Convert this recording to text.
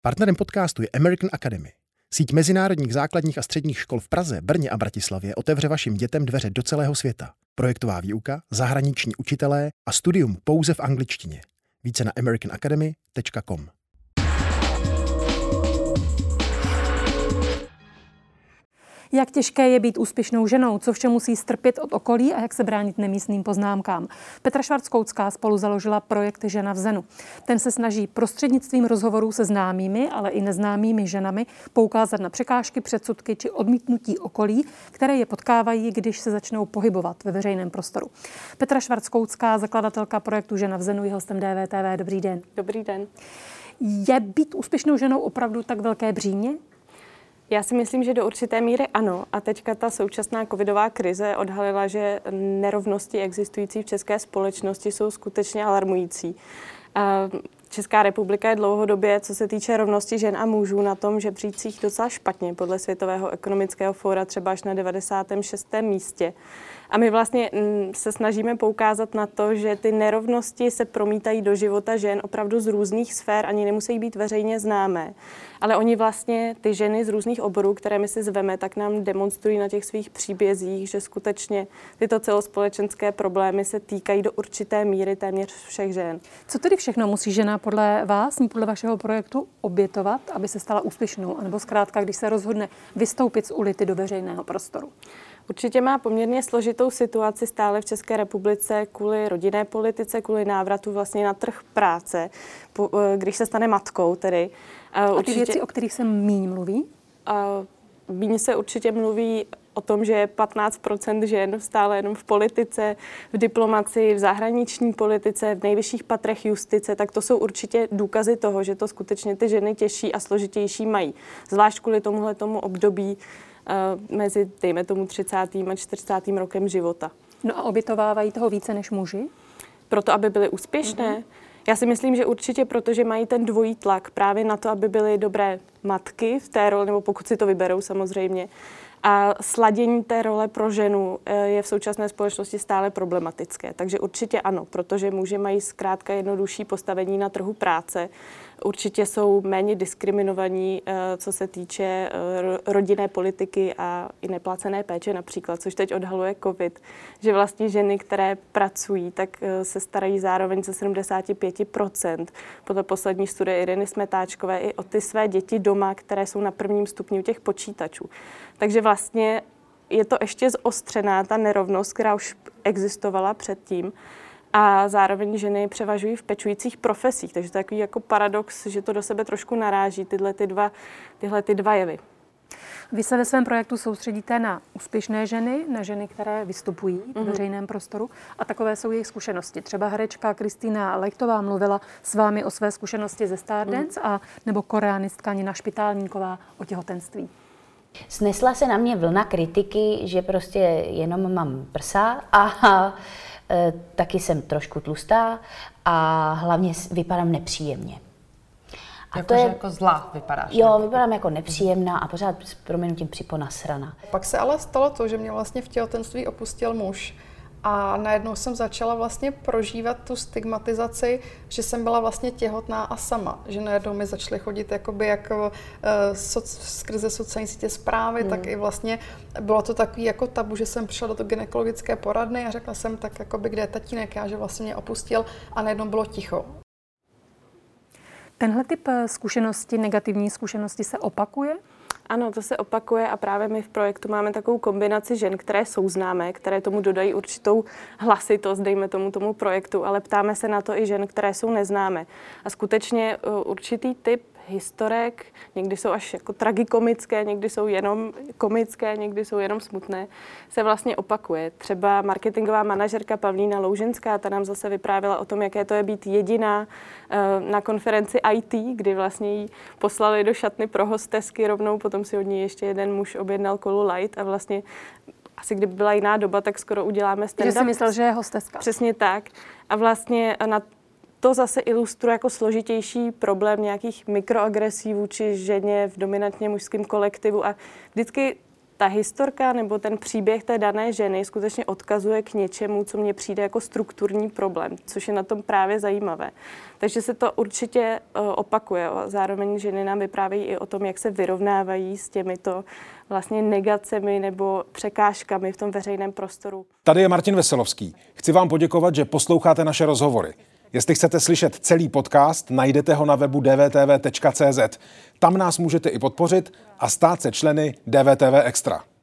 Partnerem podcastu je American Academy. Síť mezinárodních základních a středních škol v Praze, Brně a Bratislavě otevře vašim dětem dveře do celého světa. Projektová výuka, zahraniční učitelé a studium pouze v angličtině. Více na americanacademy.com. Jak těžké je být úspěšnou ženou, co vše musí strpět od okolí a jak se bránit nemístným poznámkám. Petra Švarckoucká spolu založila projekt Žena v Zenu. Ten se snaží prostřednictvím rozhovorů se známými, ale i neznámými ženami poukázat na překážky, předsudky či odmítnutí okolí, které je potkávají, když se začnou pohybovat ve veřejném prostoru. Petra Švarckoucká, zakladatelka projektu Žena v Zenu, je hostem DVTV. Dobrý den. Dobrý den. Je být úspěšnou ženou opravdu tak velké břímě? Já si myslím, že do určité míry ano. A teďka ta současná covidová krize odhalila, že nerovnosti existující v české společnosti jsou skutečně alarmující. Česká republika je dlouhodobě, co se týče rovnosti žen a mužů, na tom žebřících docela špatně, podle Světového ekonomického fóra třeba až na 96. místě. A my vlastně se snažíme poukázat na to, že ty nerovnosti se promítají do života žen opravdu z různých sfér, ani nemusí být veřejně známé. Ale oni vlastně, ty ženy z různých oborů, které my si zveme, tak nám demonstrují na těch svých příbězích, že skutečně tyto celospolečenské problémy se týkají do určité míry téměř všech žen. Co tedy všechno musí žena podle vás, podle vašeho projektu obětovat, aby se stala úspěšnou? Anebo zkrátka, když se rozhodne vystoupit z ulity do veřejného prostoru? Určitě má poměrně složitou situaci stále v České republice kvůli rodinné politice, kvůli návratu vlastně na trh práce, když se stane matkou tedy. A ty věci, o kterých se míň mluví? Míň se určitě mluví o tom, že je 15% žen stále jenom v politice, v diplomacii, v zahraniční politice, v nejvyšších patrech justice, tak to jsou určitě důkazy toho, že to skutečně ty ženy těžší a složitější mají. Zvlášť kvůli tomuhletomu období mezi, dejme tomu, 30. a 40. rokem života. No a obětovávají toho více než muži? Proto, aby byly úspěšné? Já si myslím, že určitě, protože mají ten dvojí tlak právě na to, aby byly dobré matky v té roli, nebo pokud si to vyberou samozřejmě. A sladění té role pro ženu je v současné společnosti stále problematické. Takže určitě ano, protože muži mají zkrátka jednodušší postavení na trhu práce. Určitě jsou méně diskriminovaní, co se týče rodinné politiky a i neplacené péče například, což teď odhaluje COVID, že vlastně ženy, které pracují, tak se starají zároveň ze 75% podle poslední studie Iriny Smetáčkové i o ty své děti doma, které jsou na prvním stupni těch počítačů. Takže vlastně je to ještě zostřená ta nerovnost, která už existovala předtím. A zároveň ženy převažují v pečujících profesích. Takže to je takový jako paradox, že to do sebe trošku naráží, tyhle ty dva jevy. Vy se ve svém projektu soustředíte na úspěšné ženy, na ženy, které vystupují v veřejném prostoru a takové jsou jejich zkušenosti. Třeba herečka Kristýna Lechtová mluvila s vámi o své zkušenosti ze Stardance a nebo koreanistka Nina Špitálníková o těhotenství. Snesla se na mě vlna kritiky, že prostě jenom mám prsa a taky jsem trošku tlustá a hlavně vypadám nepříjemně. A jako, to je jako zlá vypadáš. Jo, vypadám jako nepříjemná a pořád s prominutím připonasraná. Pak se ale stalo to, že mě vlastně v těhotenství opustil muž. A najednou jsem začala vlastně prožívat tu stigmatizaci, že jsem byla vlastně těhotná a sama. Že najednou mi začaly chodit jako skrze sociální sítě zprávy, tak i vlastně bylo to takový jako tabu, že jsem přišla do toho gynekologické poradny a řekla jsem tak jakoby, kde je tatínek, že vlastně mě opustil a najednou bylo ticho. Tenhle typ zkušenosti, negativní zkušenosti se opakuje? Ano, to se opakuje a právě my v projektu máme takovou kombinaci žen, které jsou známé, které tomu dodají určitou hlasitost, dejme tomu projektu, ale ptáme se na to i žen, které jsou neznámé. A skutečně určitý typ historek, někdy jsou až jako tragikomické, někdy jsou jenom komické, někdy jsou jenom smutné, se vlastně opakuje. Třeba marketingová manažerka Pavlína Loužinská, ta nám zase vyprávěla o tom, jaké to je být jediná na konferenci IT, kdy vlastně jí poslali do šatny pro hostesky rovnou, potom si od ní ještě jeden muž objednal kolu light a vlastně asi kdyby byla jiná doba, tak skoro uděláme stand-up. Že si myslel, že je hosteska. Přesně tak. A vlastně na to zase ilustruje jako složitější problém nějakých mikroagresí vůči ženě v dominantně mužském kolektivu a vždycky ta historka nebo ten příběh té dané ženy skutečně odkazuje k něčemu, co mně přijde jako strukturní problém, což je na tom právě zajímavé. Takže se to určitě opakuje. Zároveň ženy nám vyprávějí i o tom, jak se vyrovnávají s těmito vlastně negacemi nebo překážkami v tom veřejném prostoru. Tady je Martin Veselovský. Chci vám poděkovat, že posloucháte naše rozhovory. Jestli chcete slyšet celý podcast, najdete ho na webu dvtv.cz. Tam nás můžete i podpořit a stát se členy DVTV Extra.